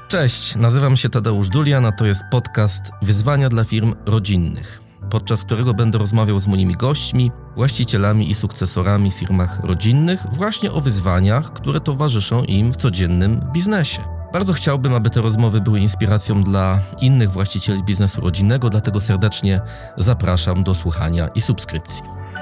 Cześć, nazywam się Tadeusz Dulian, a to jest podcast Wyzwania dla firm rodzinnych, podczas którego będę rozmawiał z moimi gośćmi, właścicielami i sukcesorami w firmach rodzinnych właśnie o wyzwaniach, które towarzyszą im w codziennym biznesie. Bardzo chciałbym, aby te rozmowy były inspiracją dla innych właścicieli biznesu rodzinnego, dlatego serdecznie zapraszam do słuchania i subskrypcji.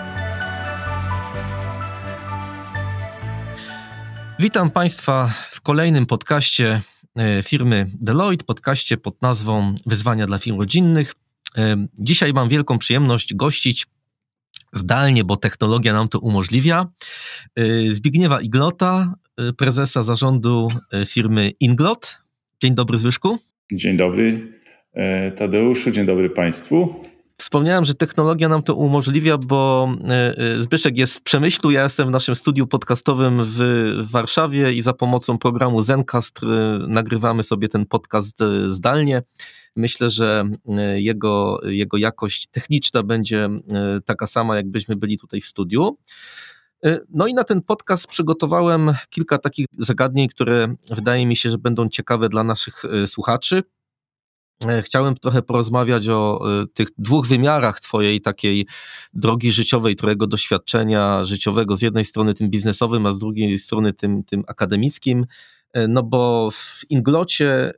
Witam Państwa w kolejnym podcaście firmy Deloitte, podcaście pod nazwą Wyzwania dla firm rodzinnych. Dzisiaj mam wielką przyjemność gościć zdalnie, bo technologia nam to umożliwia, Zbigniewa Iglota, prezesa zarządu firmy Inglot. Dzień dobry, Zbyszku. Dzień dobry, Tadeuszu, dzień dobry Państwu. Wspomniałem, że technologia nam to umożliwia, bo Zbyszek jest w Przemyślu, ja jestem w naszym studiu podcastowym w Warszawie i za pomocą programu Zencastr nagrywamy sobie ten podcast zdalnie. Myślę, że jego jakość techniczna będzie taka sama, jakbyśmy byli tutaj w studiu. No i na ten podcast przygotowałem kilka takich zagadnień, które wydaje mi się, że będą ciekawe dla naszych słuchaczy. Chciałem trochę porozmawiać o tych dwóch wymiarach twojej takiej drogi życiowej, twojego doświadczenia życiowego, z jednej strony tym biznesowym, a z drugiej strony tym akademickim, no bo w Inglocie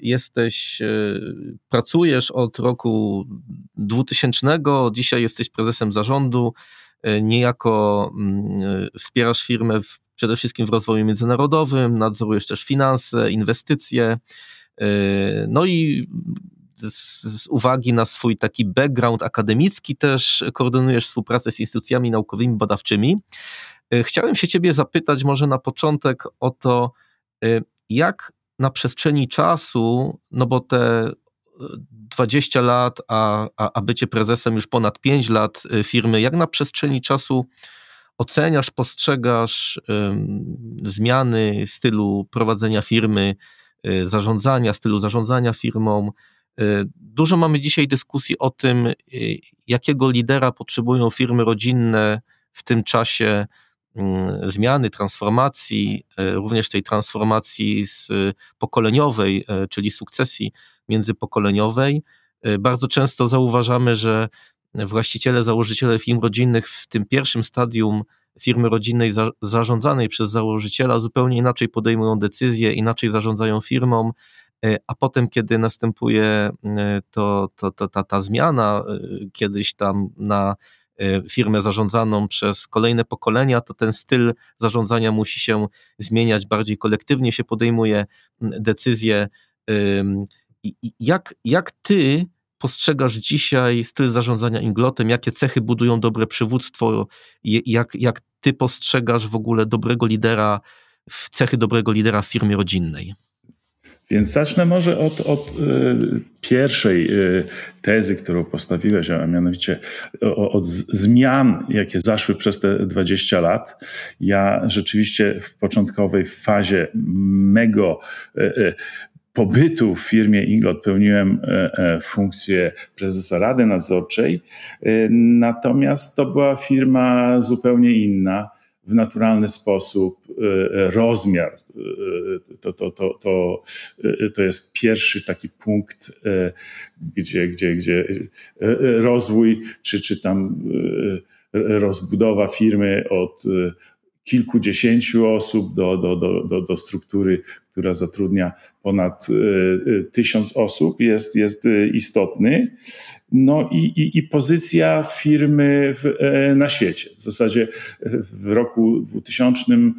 pracujesz od roku 2000, dzisiaj jesteś prezesem zarządu, niejako wspierasz firmę przede wszystkim w rozwoju międzynarodowym, nadzorujesz też finanse, inwestycje. No i z uwagi na swój taki background akademicki też koordynujesz współpracę z instytucjami naukowymi, badawczymi. Chciałem się ciebie zapytać może na początek o to, jak na przestrzeni czasu, no bo te 20 lat, a bycie prezesem już ponad 5 lat firmy, jak na przestrzeni czasu oceniasz, postrzegasz zmiany stylu prowadzenia firmy, stylu zarządzania firmą. Dużo mamy dzisiaj dyskusji o tym, jakiego lidera potrzebują firmy rodzinne w tym czasie zmiany, transformacji, również tej transformacji pokoleniowej, czyli sukcesji międzypokoleniowej. Bardzo często zauważamy, że właściciele, założyciele firm rodzinnych w tym pierwszym stadium firmy rodzinnej zarządzanej przez założyciela zupełnie inaczej podejmują decyzje, inaczej zarządzają firmą, a potem, kiedy następuje ta zmiana kiedyś tam na firmę zarządzaną przez kolejne pokolenia, to ten styl zarządzania musi się zmieniać, bardziej kolektywnie się podejmuje decyzje. Jak ty postrzegasz dzisiaj styl zarządzania Inglotem? Jakie cechy budują dobre przywództwo? Jak ty postrzegasz w ogóle cechy dobrego lidera w firmie rodzinnej? Więc zacznę może od pierwszej tezy, którą postawiłeś, a mianowicie od zmian, jakie zaszły przez te 20 lat. Ja rzeczywiście w początkowej fazie mego pobytu w firmie Inglot pełniłem funkcję prezesa Rady Nadzorczej, natomiast to była firma zupełnie inna, w naturalny sposób, rozmiar. To jest pierwszy taki punkt, gdzie rozwój, czy tam rozbudowa firmy od kilkudziesięciu osób do struktury, która zatrudnia ponad 1000 osób, jest istotny. No i pozycja firmy na świecie. W zasadzie w roku 2000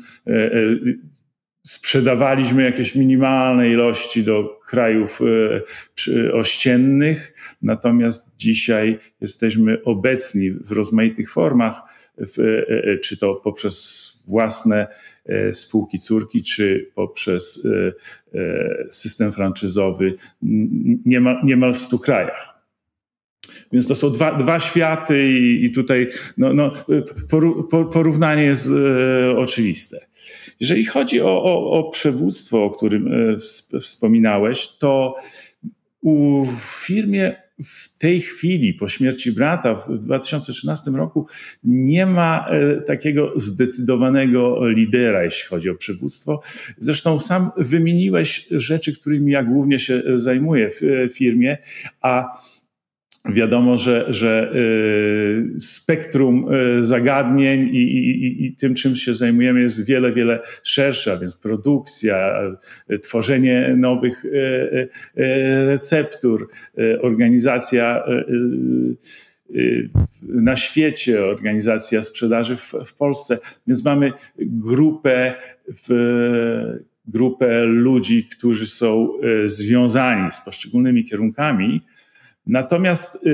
sprzedawaliśmy jakieś minimalne ilości do krajów ościennych, natomiast dzisiaj jesteśmy obecni w rozmaitych formach, czy to poprzez własne spółki córki, czy poprzez system franczyzowy niemal w 100 krajach. Więc to są dwa światy i tutaj porównanie jest oczywiste. Jeżeli chodzi o przywództwo, o którym wspominałeś, to w firmie w tej chwili, po śmierci brata w 2013 roku, nie ma takiego zdecydowanego lidera, jeśli chodzi o przywództwo. Zresztą sam wymieniłeś rzeczy, którymi ja głównie się zajmuję w firmie, a wiadomo, że spektrum zagadnień i tym, czym się zajmujemy, jest wiele, wiele szersze, a więc produkcja, tworzenie nowych receptur, organizacja na świecie, organizacja sprzedaży w Polsce. Więc mamy grupę ludzi, którzy są związani z poszczególnymi kierunkami. Natomiast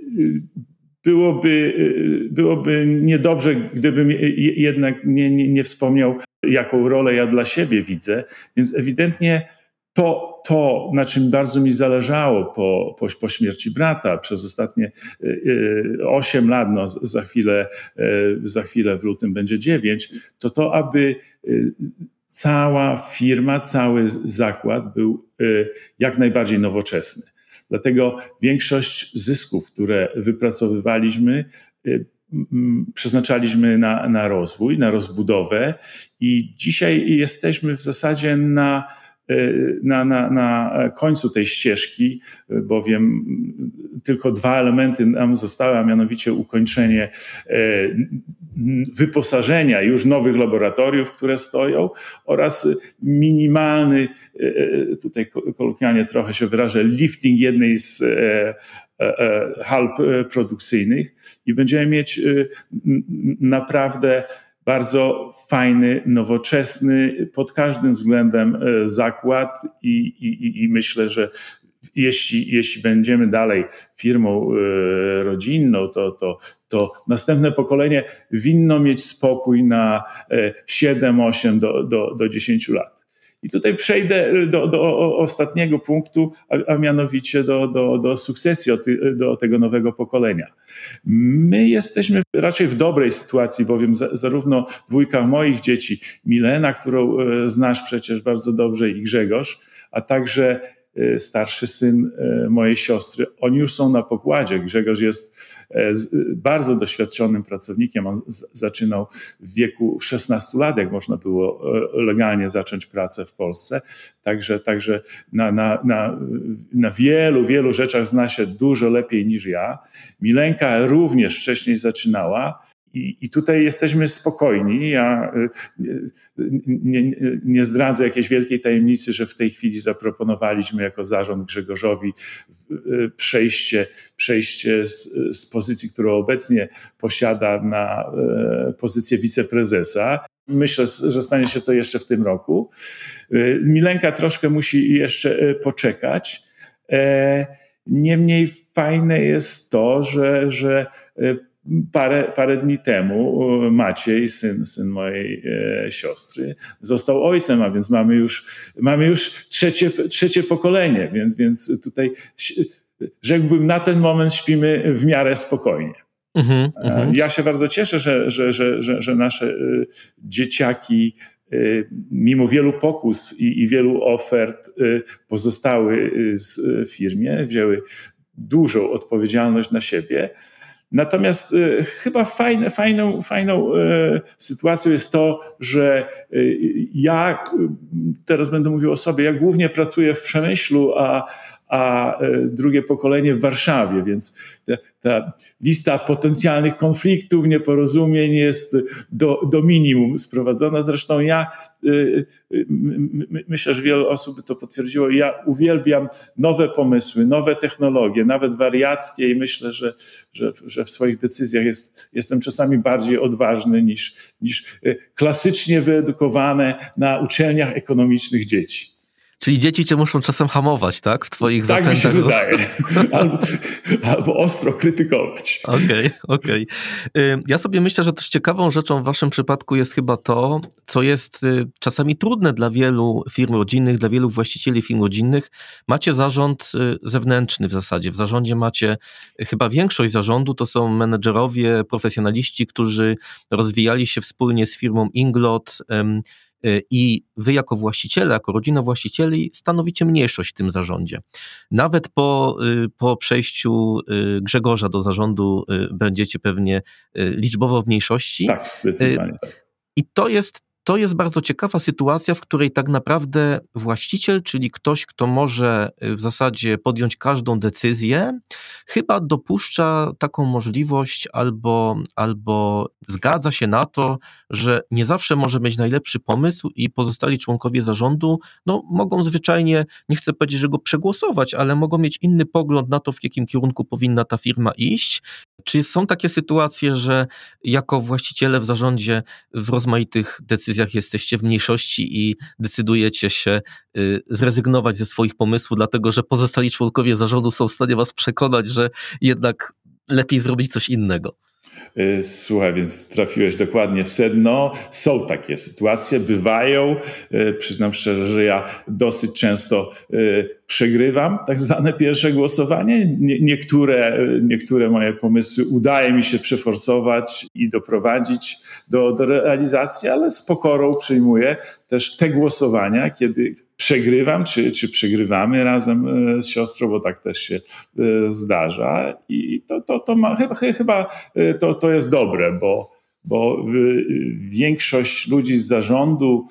byłoby niedobrze, gdybym jednak nie wspomniał, jaką rolę ja dla siebie widzę. Więc ewidentnie to, na czym bardzo mi zależało po śmierci brata przez ostatnie 8 lat, no za chwilę w lutym będzie 9, to aby cała firma, cały zakład był jak najbardziej nowoczesny. Dlatego większość zysków, które wypracowywaliśmy, przeznaczaliśmy na rozwój, na rozbudowę i dzisiaj jesteśmy w zasadzie na końcu tej ścieżki, bowiem tylko 2 elementy nam zostały, a mianowicie ukończenie wyposażenia już nowych laboratoriów, które stoją, oraz minimalny, tutaj kolokwialnie trochę się wyrażę, lifting jednej z hal produkcyjnych i będziemy mieć naprawdę bardzo fajny, nowoczesny pod każdym względem zakład i myślę, że jeśli będziemy dalej firmą rodzinną, to następne pokolenie winno mieć spokój na 7, 8 do 10 lat. I tutaj przejdę do ostatniego punktu, a mianowicie do sukcesji, do tego nowego pokolenia. My jesteśmy raczej w dobrej sytuacji, bowiem zarówno 2 moich dzieci, Milena, którą znasz przecież bardzo dobrze, i Grzegorz, a także starszy syn mojej siostry, oni już są na pokładzie. Grzegorz jest bardzo doświadczonym pracownikiem. On zaczynał w wieku 16 lat, jak można było legalnie zacząć pracę w Polsce. Także na wielu rzeczach zna się dużo lepiej niż ja. Milenka również wcześniej zaczynała. I tutaj jesteśmy spokojni. Ja nie zdradzę jakiejś wielkiej tajemnicy, że w tej chwili zaproponowaliśmy jako zarząd Grzegorzowi przejście z pozycji, którą obecnie posiada, na pozycję wiceprezesa. Myślę, że stanie się to jeszcze w tym roku. Milenka troszkę musi jeszcze poczekać. Niemniej fajne jest to, że parę dni temu Maciej, syn mojej siostry, został ojcem, a więc mamy już trzecie pokolenie, więc tutaj rzekłbym, na ten moment śpimy w miarę spokojnie. Ja się bardzo cieszę, że nasze dzieciaki mimo wielu pokus i wielu ofert pozostały w firmie, wzięły dużą odpowiedzialność na siebie. Natomiast chyba fajną sytuacją jest to, że ja, teraz będę mówił o sobie, ja głównie pracuję w przemyślu, a drugie pokolenie w Warszawie, więc ta lista potencjalnych konfliktów, nieporozumień jest do minimum sprowadzona. Zresztą ja myślę, że wiele osób by to potwierdziło. Ja uwielbiam nowe pomysły, nowe technologie, nawet wariackie, i myślę, że w swoich decyzjach jestem czasami bardziej odważny niż klasycznie wyedukowane na uczelniach ekonomicznych dzieci. Czyli dzieci cię muszą czasem hamować, tak? W twoich tak zakrętach. Tak mi się wydaje. Albo ostro krytykować. Okej. Ja sobie myślę, że też ciekawą rzeczą w waszym przypadku jest chyba to, co jest czasami trudne dla wielu firm rodzinnych, dla wielu właścicieli firm rodzinnych. Macie zarząd zewnętrzny w zasadzie. W zarządzie macie chyba większość zarządu to są menedżerowie, profesjonaliści, którzy rozwijali się wspólnie z firmą Inglot, i wy jako właściciele, jako rodzina właścicieli stanowicie mniejszość w tym zarządzie. Nawet po przejściu Grzegorza do zarządu będziecie pewnie liczbowo w mniejszości. Tak, zdecydowanie tak. I to jest bardzo ciekawa sytuacja, w której tak naprawdę właściciel, czyli ktoś, kto może w zasadzie podjąć każdą decyzję, chyba dopuszcza taką możliwość albo zgadza się na to, że nie zawsze może mieć najlepszy pomysł i pozostali członkowie zarządu mogą zwyczajnie, nie chcę powiedzieć, że go przegłosować, ale mogą mieć inny pogląd na to, w jakim kierunku powinna ta firma iść. Czy są takie sytuacje, że jako właściciele w zarządzie w rozmaitych decyzjach jesteście w mniejszości i decydujecie się zrezygnować ze swoich pomysłów, dlatego że pozostali członkowie zarządu są w stanie was przekonać, że jednak lepiej zrobić coś innego? Słuchaj, więc trafiłeś dokładnie w sedno. Są takie sytuacje, bywają. Przyznam szczerze, że ja dosyć często przegrywam tak zwane pierwsze głosowanie. Niektóre moje pomysły udaje mi się przeforsować i doprowadzić do realizacji, ale z pokorą przyjmuję też te głosowania, kiedy przegrywam, czy przegrywamy razem z siostrą, bo tak też się zdarza. I chyba to jest dobre, bo większość ludzi z zarządu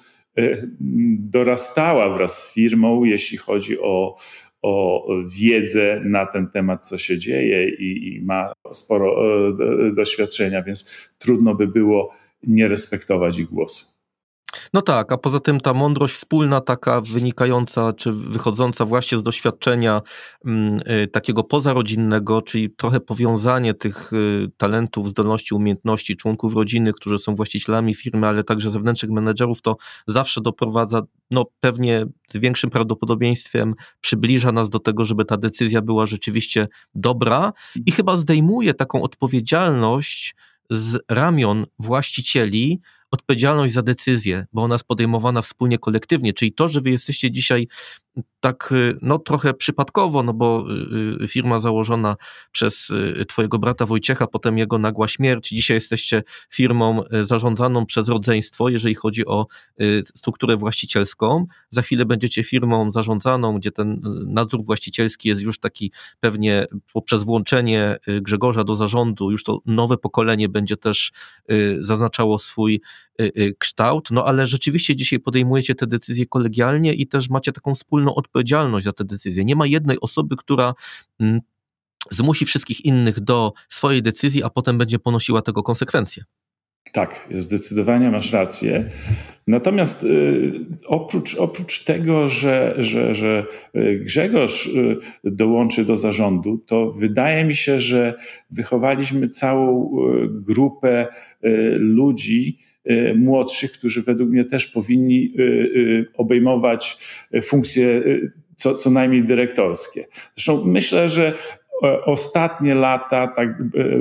dorastała wraz z firmą, jeśli chodzi o wiedzę na ten temat, co się dzieje i ma sporo doświadczenia, więc trudno by było nie respektować ich głosu. No tak, a poza tym ta mądrość wspólna, taka wynikająca czy wychodząca właśnie z doświadczenia takiego pozarodzinnego, czyli trochę powiązanie tych talentów, zdolności, umiejętności członków rodziny, którzy są właścicielami firmy, ale także zewnętrznych menedżerów, to zawsze doprowadza, pewnie z większym prawdopodobieństwem przybliża nas do tego, żeby ta decyzja była rzeczywiście dobra i chyba zdejmuje taką odpowiedzialność z ramion właścicieli, odpowiedzialność za decyzję, bo ona jest podejmowana wspólnie, kolektywnie, czyli to, że wy jesteście dzisiaj tak trochę przypadkowo, bo firma założona przez twojego brata Wojciecha, potem jego nagła śmierć, dzisiaj jesteście firmą zarządzaną przez rodzeństwo, jeżeli chodzi o strukturę właścicielską, za chwilę będziecie firmą zarządzaną, gdzie ten nadzór właścicielski jest już taki pewnie poprzez włączenie Grzegorza do zarządu, już to nowe pokolenie będzie też zaznaczało swój kształt, ale rzeczywiście dzisiaj podejmujecie te decyzje kolegialnie i też macie taką wspólną odpowiedzialność za te decyzje. Nie ma jednej osoby, która zmusi wszystkich innych do swojej decyzji, a potem będzie ponosiła tego konsekwencje. Tak, zdecydowanie masz rację. Natomiast oprócz tego, że Grzegorz dołączy do zarządu, to wydaje mi się, że wychowaliśmy całą grupę ludzi młodszych, którzy według mnie też powinni obejmować funkcje co najmniej dyrektorskie. Zresztą myślę, że ostatnie lata tak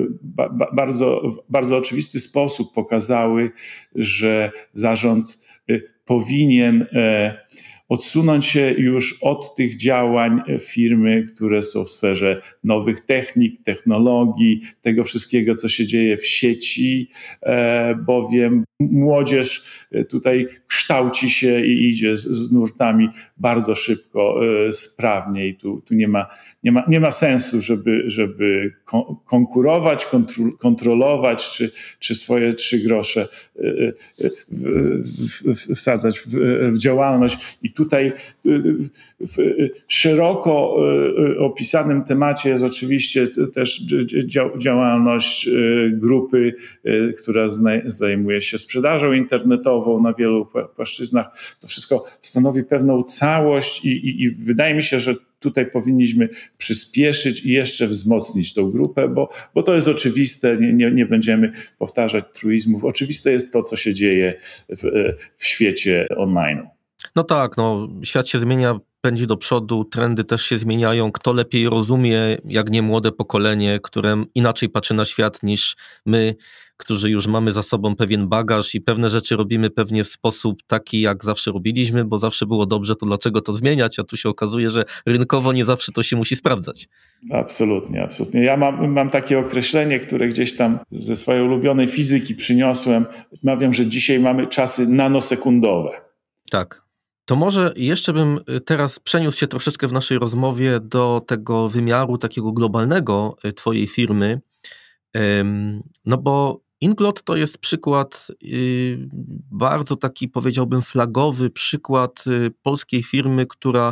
bardzo oczywisty sposób pokazały, że zarząd powinien odsunąć się już od tych działań firmy, które są w sferze nowych technik, technologii, tego wszystkiego, co się dzieje w sieci, bowiem młodzież tutaj kształci się i idzie z nurtami bardzo szybko, sprawnie i tu nie ma sensu, żeby konkurować, kontrolować, czy swoje 3 grosze wsadzać w działalność. I tutaj w szeroko opisanym temacie jest oczywiście też działalność grupy, która zajmuje się sprzedażą internetową na wielu płaszczyznach. To wszystko stanowi pewną całość i wydaje mi się, że tutaj powinniśmy przyspieszyć i jeszcze wzmocnić tą grupę, bo to jest oczywiste, nie będziemy powtarzać truizmów. Oczywiste jest to, co się dzieje w świecie online. No tak, świat się zmienia pędzi do przodu, trendy też się zmieniają. Kto lepiej rozumie, jak nie młode pokolenie, które inaczej patrzy na świat niż my, którzy już mamy za sobą pewien bagaż i pewne rzeczy robimy pewnie w sposób taki, jak zawsze robiliśmy, bo zawsze było dobrze, to dlaczego to zmieniać? A tu się okazuje, że rynkowo nie zawsze to się musi sprawdzać. Absolutnie, absolutnie. Ja mam takie określenie, które gdzieś tam ze swojej ulubionej fizyki przyniosłem. Mawiam, że dzisiaj mamy czasy nanosekundowe. Tak. To może jeszcze bym teraz przeniósł się troszeczkę w naszej rozmowie do tego wymiaru takiego globalnego twojej firmy, no bo Inglot to jest przykład bardzo taki, powiedziałbym, flagowy przykład polskiej firmy,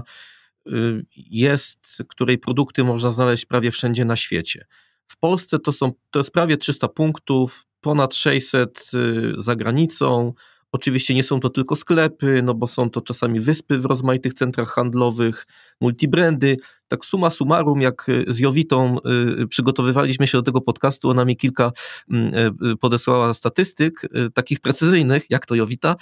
której produkty można znaleźć prawie wszędzie na świecie. W Polsce to jest prawie 300 punktów, ponad 600 za granicą. Oczywiście nie są to tylko sklepy, no bo są to czasami wyspy w rozmaitych centrach handlowych, multibrandy. Tak summa summarum, jak z Jowitą przygotowywaliśmy się do tego podcastu, ona mi kilka podesłała statystyk takich precyzyjnych, jak to Jowita,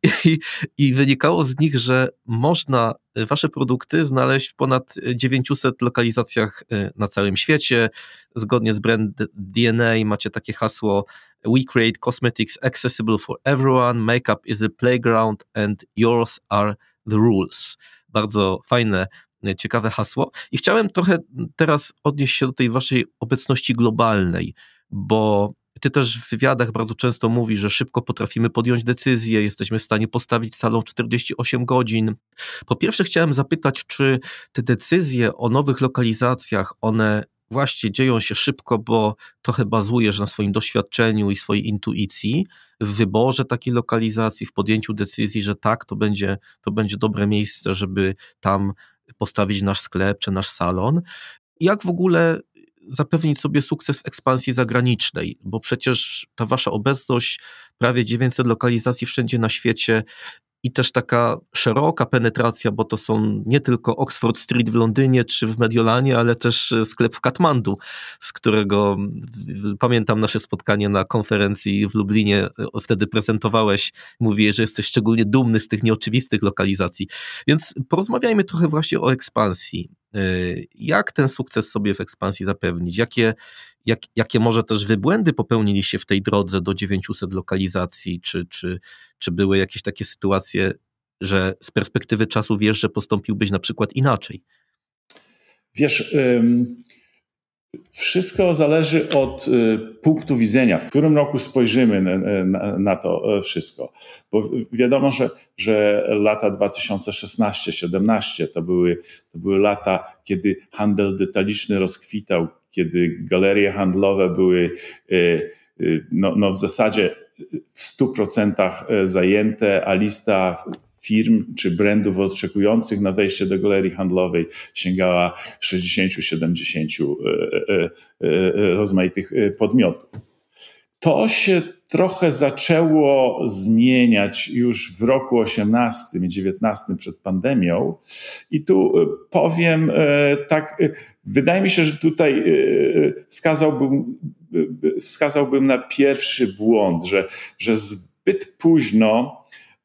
i wynikało z nich, że można wasze produkty znaleźć w ponad 900 lokalizacjach na całym świecie. Zgodnie z brand DNA macie takie hasło: We create cosmetics accessible for everyone, makeup is a playground and yours are the rules. Bardzo fajne, ciekawe hasło. I chciałem trochę teraz odnieść się do tej waszej obecności globalnej, bo ty też w wywiadach bardzo często mówisz, że szybko potrafimy podjąć decyzję, jesteśmy w stanie postawić salon w 48 godzin. Po pierwsze chciałem zapytać, czy te decyzje o nowych lokalizacjach, one właśnie dzieją się szybko, bo trochę bazujesz na swoim doświadczeniu i swojej intuicji w wyborze takiej lokalizacji, w podjęciu decyzji, że tak, to będzie dobre miejsce, żeby tam postawić nasz sklep czy nasz salon. Jak w ogóle zapewnić sobie sukces w ekspansji zagranicznej, bo przecież ta wasza obecność, prawie 900 lokalizacji wszędzie na świecie i też taka szeroka penetracja, bo to są nie tylko Oxford Street w Londynie czy w Mediolanie, ale też sklep w Katmandu, z którego pamiętam nasze spotkanie na konferencji w Lublinie, wtedy prezentowałeś, mówiłeś, że jesteś szczególnie dumny z tych nieoczywistych lokalizacji. Więc porozmawiajmy trochę właśnie o ekspansji. Jak ten sukces sobie w ekspansji zapewnić? Jakie może też wybłędy popełniliście w tej drodze do 900 lokalizacji? Czy były jakieś takie sytuacje, że z perspektywy czasu wiesz, że postąpiłbyś na przykład inaczej? Wiesz, wszystko zależy od punktu widzenia, w którym roku spojrzymy na to wszystko. Bo wiadomo, że lata 2016-17 to były lata, kiedy handel detaliczny rozkwitał, kiedy galerie handlowe były w zasadzie w 100% zajęte, a lista firm czy brandów oczekujących na wejście do galerii handlowej sięgała 60-70 rozmaitych podmiotów. To się trochę zaczęło zmieniać już w roku 18 i 19 przed pandemią i tu powiem tak, wydaje mi się, że tutaj wskazałbym na pierwszy błąd, że zbyt późno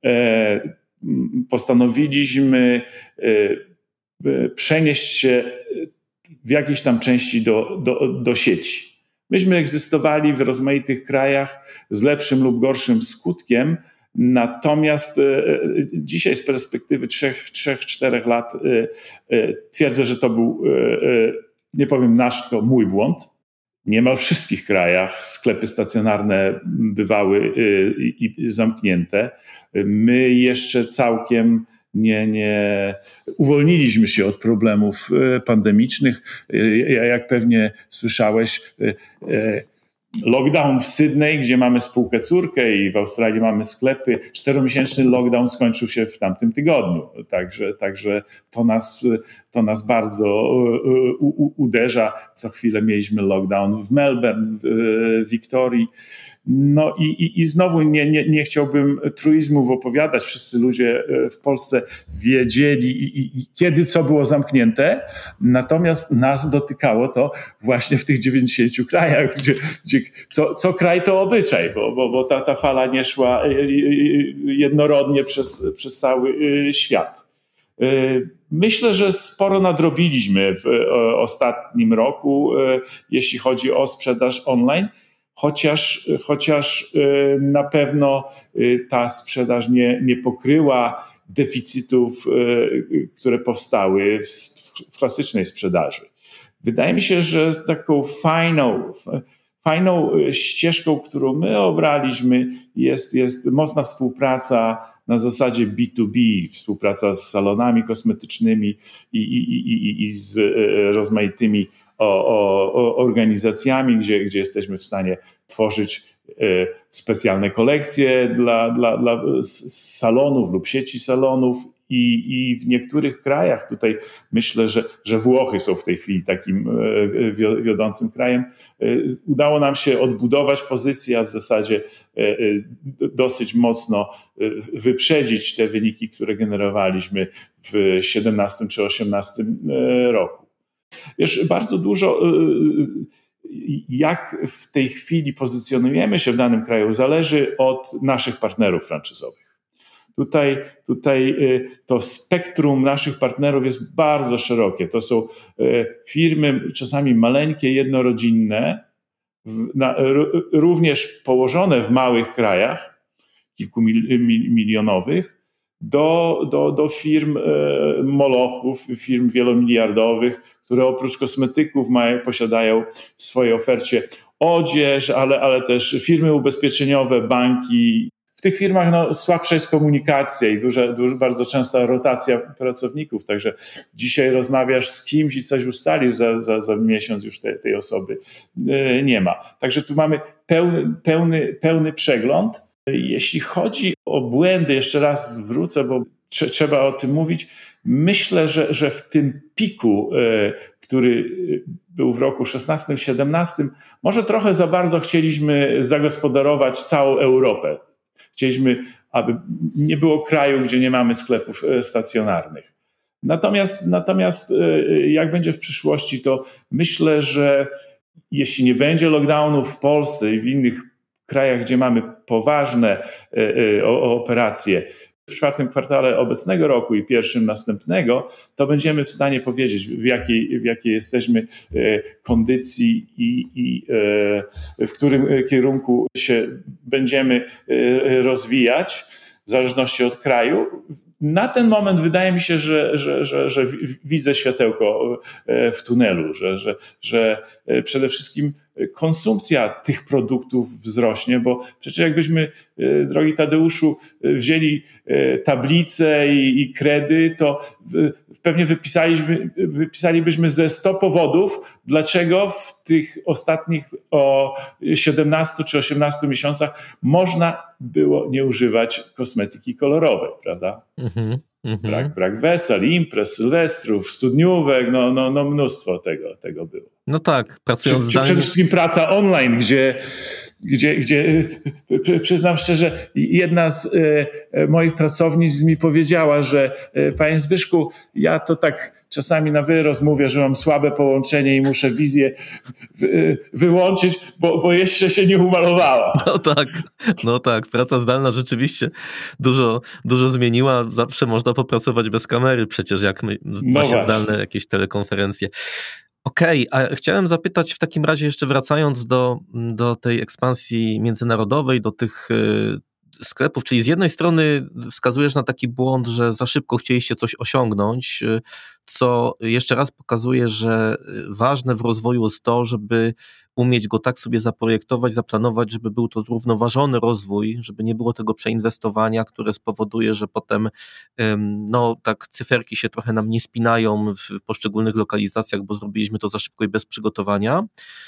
postanowiliśmy przenieść się w jakiejś tam części do sieci. Myśmy egzystowali w rozmaitych krajach z lepszym lub gorszym skutkiem, natomiast dzisiaj z perspektywy 3-4 lat twierdzę, że to był, nie powiem nasz, tylko mój błąd. W niemal wszystkich krajach sklepy stacjonarne bywały zamknięte. My jeszcze całkiem nie uwolniliśmy się od problemów pandemicznych. Jak pewnie słyszałeś, lockdown w Sydney, gdzie mamy spółkę córkę i w Australii mamy sklepy, 4-miesięczny lockdown skończył się w tamtym tygodniu. Także to nas bardzo uderza. Co chwilę mieliśmy lockdown w Melbourne, w Wiktorii. No i znowu nie chciałbym truizmów opowiadać. Wszyscy ludzie w Polsce wiedzieli, kiedy co było zamknięte, natomiast nas dotykało to właśnie w tych 90 krajach, gdzie co kraj to obyczaj, bo ta fala nie szła jednorodnie przez cały świat. Myślę, że sporo nadrobiliśmy w ostatnim roku, jeśli chodzi o sprzedaż online, chociaż na pewno ta sprzedaż nie pokryła deficytów, które powstały w klasycznej sprzedaży. Wydaje mi się, że taką fajną ścieżką, którą my obraliśmy, jest mocna współpraca na zasadzie B2B, współpraca z salonami kosmetycznymi i z rozmaitymi organizacjami, gdzie jesteśmy w stanie tworzyć specjalne kolekcje dla salonów lub sieci salonów. I w niektórych krajach, tutaj myślę, że Włochy są w tej chwili takim wiodącym krajem, udało nam się odbudować pozycję, a w zasadzie dosyć mocno wyprzedzić te wyniki, które generowaliśmy w 2017 czy 2018 roku. Wiesz, bardzo dużo, jak w tej chwili pozycjonujemy się w danym kraju, zależy od naszych partnerów franczyzowych. Tutaj to spektrum naszych partnerów jest bardzo szerokie. To są firmy czasami maleńkie, jednorodzinne, również położone w małych krajach, kilkumilionowych, do firm molochów, firm wielomiliardowych, które oprócz kosmetyków posiadają w swojej ofercie odzież, ale też firmy ubezpieczeniowe, banki. W tych firmach słabsza jest komunikacja i bardzo częsta rotacja pracowników, także dzisiaj rozmawiasz z kimś i coś ustalisz, za miesiąc już tej osoby nie ma. Także tu mamy pełny przegląd. Jeśli chodzi o błędy, jeszcze raz wrócę, bo trzeba o tym mówić. Myślę, że w tym piku, który był w roku 16-17, może trochę za bardzo chcieliśmy zagospodarować całą Europę. Chcieliśmy, aby nie było kraju, gdzie nie mamy sklepów stacjonarnych. Natomiast jak będzie w przyszłości, to myślę, że jeśli nie będzie lockdownów w Polsce i w innych krajach, gdzie mamy poważne operacje, w 4. kwartale obecnego roku i 1. następnego, to będziemy w stanie powiedzieć, w jakiej jesteśmy kondycji i w którym kierunku się będziemy rozwijać, w zależności od kraju. Na ten moment wydaje mi się, że widzę światełko w tunelu, że przede wszystkim konsumpcja tych produktów wzrośnie, bo przecież jakbyśmy, drogi Tadeuszu, wzięli tablicę i kredyt, to pewnie wypisalibyśmy ze 100 powodów, dlaczego w tych ostatnich 17 czy 18 miesiącach można było nie używać kosmetyki kolorowej, prawda? Brak wesel, imprez, sylwestrów, studniówek, mnóstwo tego było. No tak, pracując zdalnie. Przede wszystkim praca online, gdzie przyznam szczerze, jedna z moich pracownic mi powiedziała, że panie Zbyszku, ja to tak czasami na wyrost mówię, że mam słabe połączenie i muszę wizję wyłączyć, bo jeszcze się nie umalowała. No tak, praca zdalna rzeczywiście dużo zmieniła. Zawsze można popracować bez kamery przecież, jak ma się zdalne jakieś telekonferencje. Okej, a chciałem zapytać w takim razie jeszcze wracając do tej ekspansji międzynarodowej, do tych sklepów, czyli z jednej strony wskazujesz na taki błąd, że za szybko chcieliście coś osiągnąć, co jeszcze raz pokazuje, że ważne w rozwoju jest to, żeby umieć go tak sobie zaprojektować, zaplanować, żeby był to zrównoważony rozwój, żeby nie było tego przeinwestowania, które spowoduje, że potem tak cyferki się trochę nam nie spinają w poszczególnych lokalizacjach, bo zrobiliśmy to za szybko i bez przygotowania.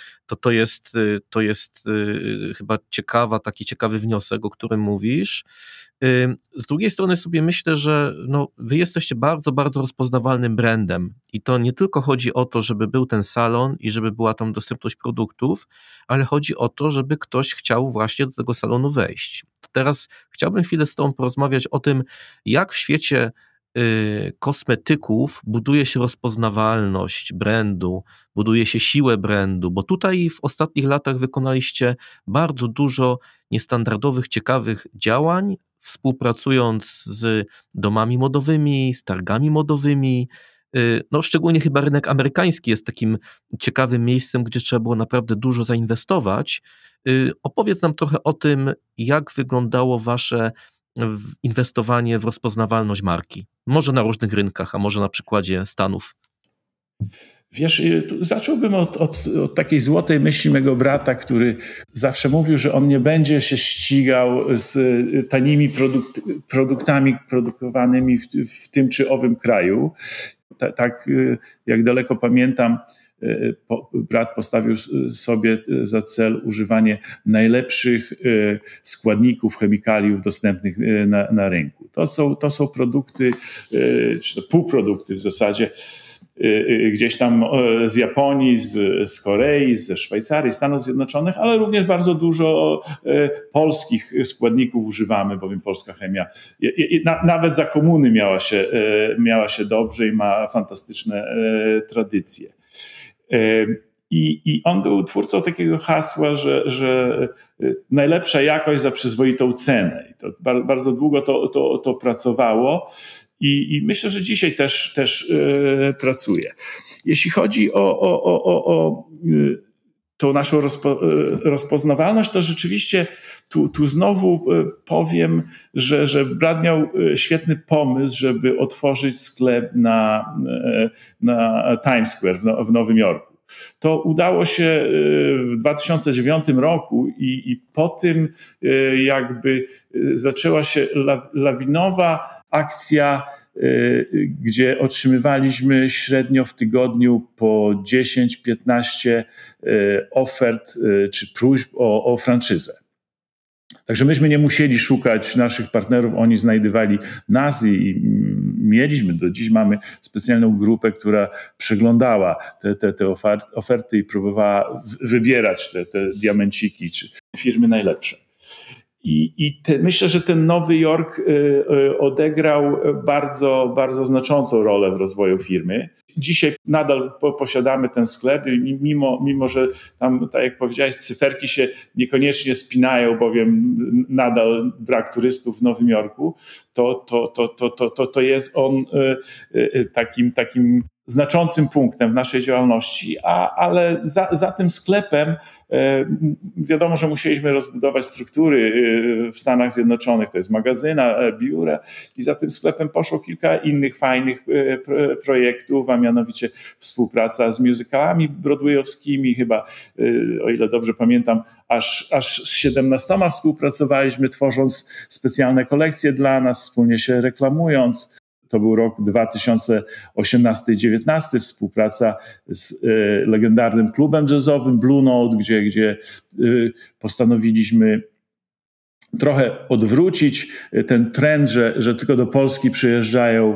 To jest chyba taki ciekawy wniosek, o którym mówisz. Z drugiej strony sobie myślę, że wy jesteście bardzo, bardzo rozpoznawalnym brandem i to nie tylko chodzi o to, żeby był ten salon i żeby była tam dostępność produktów, ale chodzi o to, żeby ktoś chciał właśnie do tego salonu wejść. Teraz chciałbym chwilę z tobą porozmawiać o tym, jak w świecie kosmetyków buduje się rozpoznawalność brandu, buduje się siłę brandu, bo tutaj w ostatnich latach wykonaliście bardzo dużo niestandardowych, ciekawych działań współpracując z domami modowymi, z targami modowymi. No, szczególnie chyba rynek amerykański jest takim ciekawym miejscem, gdzie trzeba było naprawdę dużo zainwestować. Opowiedz nam trochę o tym, jak wyglądało wasze inwestowanie w rozpoznawalność marki. Może na różnych rynkach, a może na przykładzie Stanów. Wiesz, zacząłbym od takiej złotej myśli mego brata, który zawsze mówił, że on nie będzie się ścigał z tanimi produktami produkowanymi w tym czy owym kraju. Tak jak daleko pamiętam, brat postawił sobie za cel używanie najlepszych składników, chemikaliów dostępnych na rynku. To są produkty, czy to półprodukty w zasadzie, gdzieś tam z Japonii, z Korei, ze Szwajcarii, Stanów Zjednoczonych, ale również bardzo dużo polskich składników używamy, bowiem polska chemia nawet za komuny miała się dobrze i ma fantastyczne tradycje. I on był twórcą takiego hasła, że najlepsza jakość za przyzwoitą cenę. I to bardzo długo to pracowało. I myślę, że dzisiaj też pracuje. Jeśli chodzi o tą naszą rozpoznawalność, to rzeczywiście tu znowu powiem, że brat miał świetny pomysł, żeby otworzyć sklep na Times Square w Nowym Jorku. To udało się w 2009 roku i po tym jakby zaczęła się lawinowa akcja, gdzie otrzymywaliśmy średnio w tygodniu po 10-15 ofert czy próśb o franczyzę. Także myśmy nie musieli szukać naszych partnerów, oni znajdywali nas i mieliśmy, do dziś mamy specjalną grupę, która przeglądała te oferty i próbowała wybierać te diamenciki czy firmy najlepsze. Myślę, że ten Nowy Jork odegrał bardzo, bardzo znaczącą rolę w rozwoju firmy. Dzisiaj nadal posiadamy ten sklep i mimo że tam, tak jak powiedziałeś, cyferki się niekoniecznie spinają, bowiem nadal brak turystów w Nowym Jorku, to jest on takim znaczącym punktem w naszej działalności, ale za tym sklepem wiadomo, że musieliśmy rozbudować struktury w Stanach Zjednoczonych, to jest magazyna, biura i za tym sklepem poszło kilka innych fajnych projektów, a mianowicie współpraca z musicalami broadwayowskimi, chyba, o ile dobrze pamiętam, aż z 17 współpracowaliśmy, tworząc specjalne kolekcje dla nas, wspólnie się reklamując. To był rok 2018-2019, współpraca z legendarnym klubem jazzowym Blue Note, gdzie postanowiliśmy trochę odwrócić ten trend, że tylko do Polski przyjeżdżają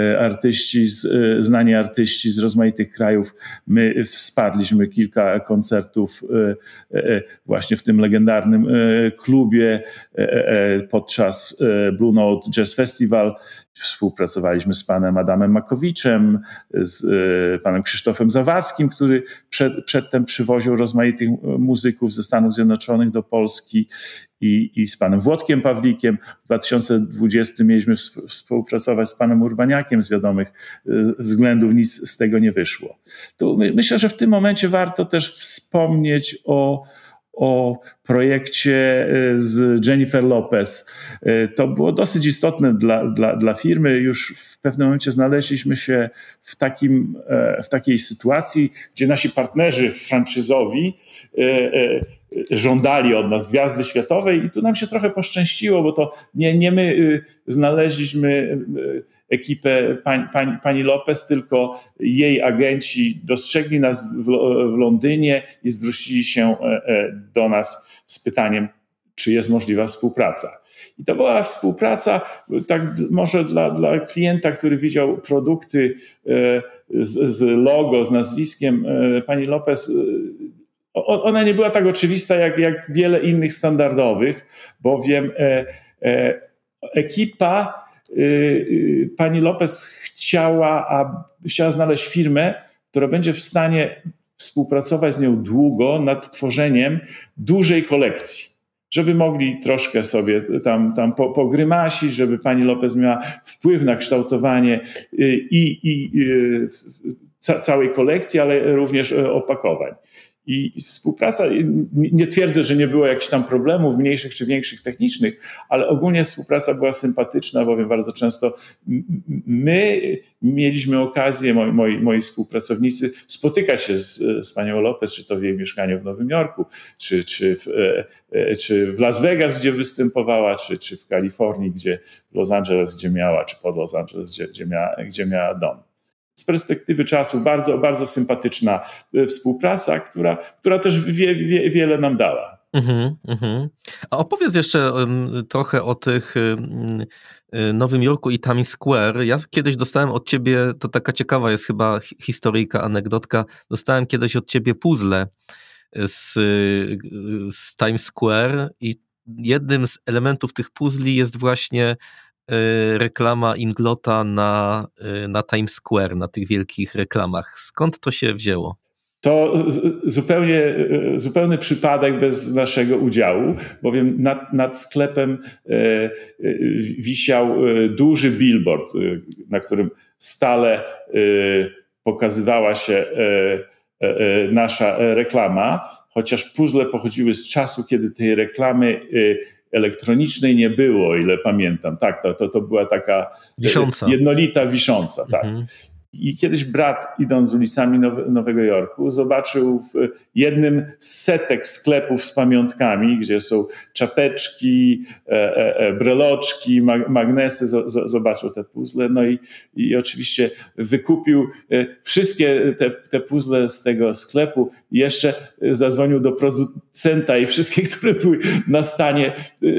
znani artyści z rozmaitych krajów. My wsparliśmy kilka koncertów właśnie w tym legendarnym klubie podczas Blue Note Jazz Festival. Współpracowaliśmy z panem Adamem Makowiczem, z panem Krzysztofem Zawadzkim, który przedtem przywoził rozmaitych muzyków ze Stanów Zjednoczonych do Polski i z panem Włodkiem Pawlikiem. W 2020 mieliśmy współpracować z panem Urbaniakiem, z wiadomych względów nic z tego nie wyszło. Tu myślę, że w tym momencie warto też wspomnieć o projekcie z Jennifer Lopez. To było dosyć istotne dla firmy. Już w pewnym momencie znaleźliśmy się w takiej sytuacji, gdzie nasi partnerzy franczyzowi żądali od nas gwiazdy światowej i tu nam się trochę poszczęściło, bo to nie my znaleźliśmy ekipę pani Lopez, tylko jej agenci dostrzegli nas w Londynie i zwrócili się do nas z pytaniem, czy jest możliwa współpraca. I to była współpraca tak może dla klienta, który widział produkty z logo, z nazwiskiem pani Lopez. Ona nie była tak oczywista jak wiele innych standardowych, bowiem ekipa pani Lopez chciała znaleźć firmę, która będzie w stanie współpracować z nią długo nad tworzeniem dużej kolekcji. żeby mogli troszkę sobie tam pogrymasić, żeby pani Lopez miała wpływ na kształtowanie całej kolekcji, ale również opakowań. I współpraca, nie twierdzę, że nie było jakichś tam problemów mniejszych czy większych technicznych, ale ogólnie współpraca była sympatyczna, bowiem bardzo często my mieliśmy okazję, moi współpracownicy, spotykać się z panią Lopez, czy to w jej mieszkaniu w Nowym Jorku, czy w Las Vegas, gdzie występowała, czy w Kalifornii, w Los Angeles, gdzie miała, czy pod Los Angeles, gdzie miała dom. Z perspektywy czasu bardzo, bardzo sympatyczna współpraca, która też wiele nam dała. A opowiedz jeszcze trochę o tych Nowym Jorku i Times Square. Ja kiedyś dostałem od ciebie, to taka ciekawa jest chyba historyjka, anegdotka, dostałem kiedyś od ciebie puzzle z Times Square i jednym z elementów tych puzli jest właśnie reklama Inglota na Times Square, na tych wielkich reklamach. Skąd to się wzięło? To zupełny przypadek bez naszego udziału, bowiem nad sklepem wisiał duży billboard, na którym stale pokazywała się nasza reklama, chociaż puzzle pochodziły z czasu, kiedy tej reklamy elektronicznej nie było, o ile pamiętam. Tak, to była taka wisząca. Jednolita wisząca. Tak. I kiedyś brat, idąc ulicami Nowego Jorku, zobaczył w jednym z setek sklepów z pamiątkami, gdzie są czapeczki, breloczki, magnesy, zobaczył te puzzle, no i oczywiście wykupił wszystkie te puzzle z tego sklepu i jeszcze zadzwonił do producenta i wszystkie, które były na stanie,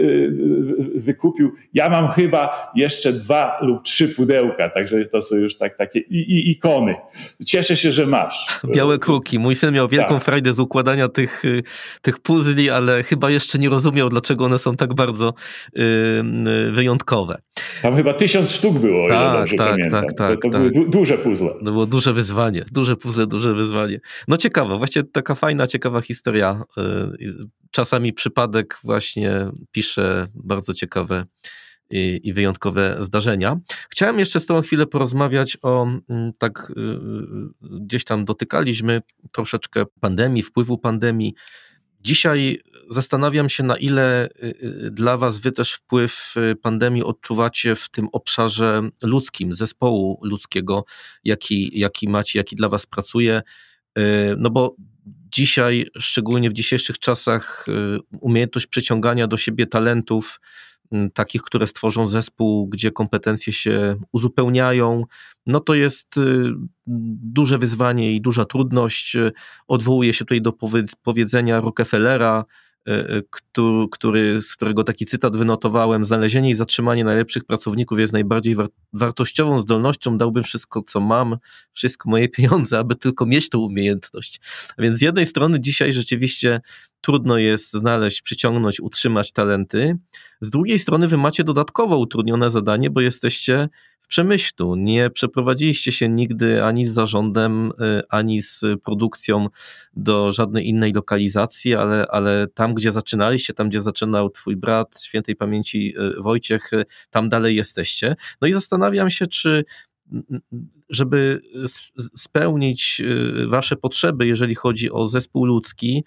wykupił. Ja mam chyba jeszcze 2 lub 3 pudełka, także to są już takie ikony. Cieszę się, że masz. Białe kruki. Mój syn miał wielką frajdę z układania tych puzli, ale chyba jeszcze nie rozumiał, dlaczego one są tak bardzo wyjątkowe. Tam chyba 1000 sztuk było, o ile dobrze pamiętam. To były duże puzzle. To było duże wyzwanie. Duże puzzle, duże wyzwanie. No ciekawe, właśnie taka fajna, ciekawa historia. Czasami przypadek właśnie pisze bardzo ciekawe i wyjątkowe zdarzenia. Chciałem jeszcze z tobą chwilę porozmawiać tak gdzieś tam dotykaliśmy troszeczkę pandemii, wpływu pandemii. Dzisiaj zastanawiam się, na ile dla was wy też wpływ pandemii odczuwacie w tym obszarze ludzkim, zespołu ludzkiego, jaki macie, jaki dla was pracuje. No bo dzisiaj, szczególnie w dzisiejszych czasach, umiejętność przyciągania do siebie talentów, takich, które stworzą zespół, gdzie kompetencje się uzupełniają, no to jest duże wyzwanie i duża trudność. Odwołuję się tutaj do powiedzenia Rockefellera, z którego taki cytat wynotowałem: znalezienie i zatrzymanie najlepszych pracowników jest najbardziej wartościową zdolnością, dałbym wszystko, co mam, wszystko moje pieniądze, aby tylko mieć tę umiejętność. A więc z jednej strony dzisiaj rzeczywiście trudno jest znaleźć, przyciągnąć, utrzymać talenty. Z drugiej strony wy macie dodatkowo utrudnione zadanie, bo jesteście w Przemyślu. Nie przeprowadziliście się nigdy ani z zarządem, ani z produkcją do żadnej innej lokalizacji, ale tam, gdzie zaczynaliście, tam, gdzie zaczynał twój brat, świętej pamięci Wojciech, tam dalej jesteście. No i zastanawiam się, żeby spełnić wasze potrzeby, jeżeli chodzi o zespół ludzki,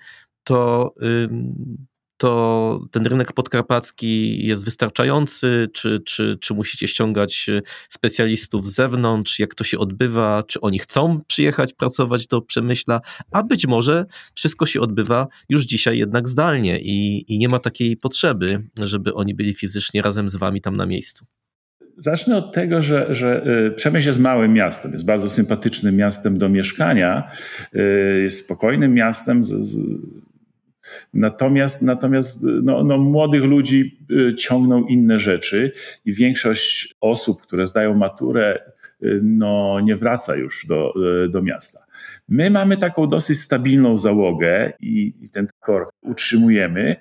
to ten rynek podkarpacki jest wystarczający, czy musicie ściągać specjalistów z zewnątrz, jak to się odbywa, czy oni chcą przyjechać pracować do Przemyśla, a być może wszystko się odbywa już dzisiaj jednak zdalnie i nie ma takiej potrzeby, żeby oni byli fizycznie razem z wami tam na miejscu. Zacznę od tego, że Przemyśl jest małym miastem, jest bardzo sympatycznym miastem do mieszkania, jest spokojnym miastem, natomiast młodych ludzi ciągną inne rzeczy i większość osób, które zdają maturę, nie wraca już do miasta. My mamy taką dosyć stabilną załogę i ten core utrzymujemy,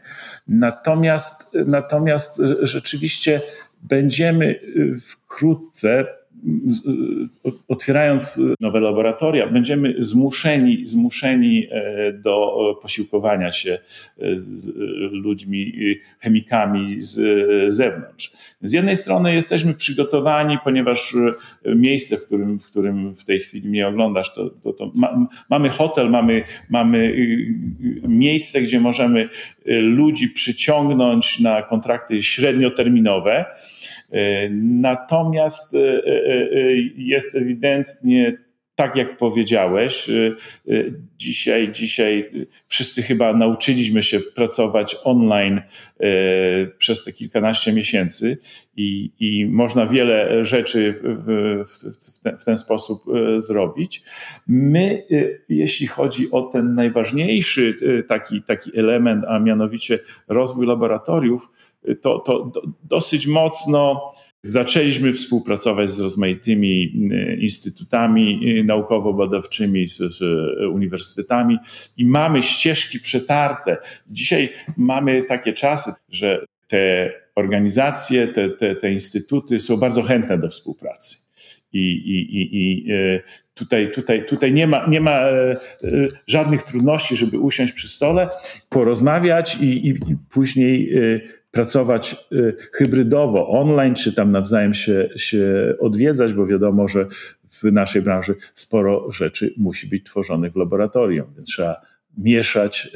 natomiast rzeczywiście będziemy wkrótce otwierając nowe laboratoria, będziemy zmuszeni do posiłkowania się z ludźmi, chemikami z zewnątrz. Z jednej strony jesteśmy przygotowani, ponieważ miejsce, w którym w tej chwili mnie oglądasz, to mamy hotel, mamy miejsce, gdzie możemy ludzi przyciągnąć na kontrakty średnioterminowe. Natomiast jest ewidentnie, tak jak powiedziałeś, dzisiaj wszyscy chyba nauczyliśmy się pracować online przez te kilkanaście miesięcy i można wiele rzeczy w ten sposób zrobić. My, jeśli chodzi o ten najważniejszy taki element, a mianowicie rozwój laboratoriów, to dosyć mocno zaczęliśmy współpracować z rozmaitymi instytutami naukowo-badawczymi, z uniwersytetami i mamy ścieżki przetarte. Dzisiaj mamy takie czasy, że te organizacje, te instytuty są bardzo chętne do współpracy. I tutaj nie ma żadnych trudności, żeby usiąść przy stole, porozmawiać i później pracować hybrydowo, online, czy tam nawzajem się odwiedzać, bo wiadomo, że w naszej branży sporo rzeczy musi być tworzonych w laboratorium, więc trzeba mieszać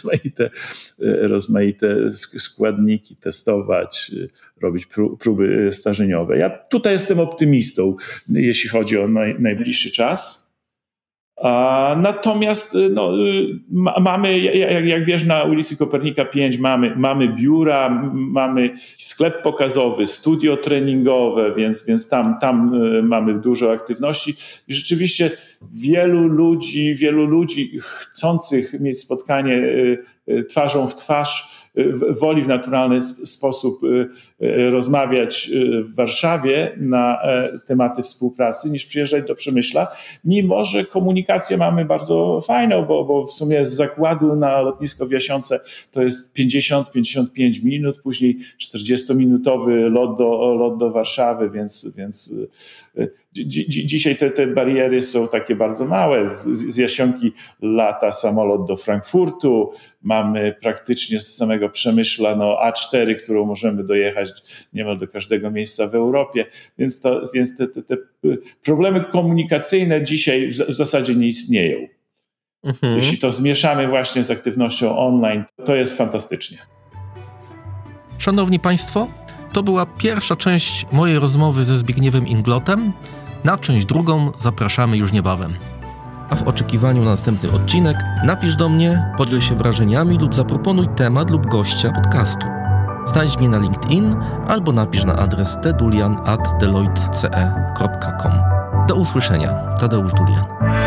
rozmaite składniki, testować, robić próby starzeniowe. Ja tutaj jestem optymistą, jeśli chodzi o najbliższy czas. Natomiast mamy, jak wiesz, na ulicy Kopernika 5 mamy biura, mamy sklep pokazowy, studio treningowe, więc tam mamy dużo aktywności. I rzeczywiście wielu ludzi chcących mieć spotkanie twarzą w twarz woli w naturalny sposób rozmawiać w Warszawie na tematy współpracy, niż przyjeżdżać do Przemyśla, mimo że komunikację mamy bardzo fajną, bo w sumie z zakładu na lotnisko w Jasionce to jest 50-55 minut, później 40-minutowy lot do Warszawy, więc dzisiaj te bariery są takie bardzo małe. Z Jasionki lata samolot do Frankfurtu, mamy praktycznie z samego Przemyśla A4, którą możemy dojechać niemal do każdego miejsca w Europie, więc te problemy komunikacyjne dzisiaj w zasadzie nie istnieją. Jeśli to zmieszamy właśnie z aktywnością online, to jest fantastycznie. Szanowni Państwo, to była pierwsza część mojej rozmowy ze Zbigniewem Inglotem. Na część drugą zapraszamy już niebawem. A w oczekiwaniu na następny odcinek napisz do mnie, podziel się wrażeniami lub zaproponuj temat lub gościa podcastu. Znajdź mnie na LinkedIn albo napisz na adres tdulian@deloitte.com. Do usłyszenia. Tadeusz Dulian.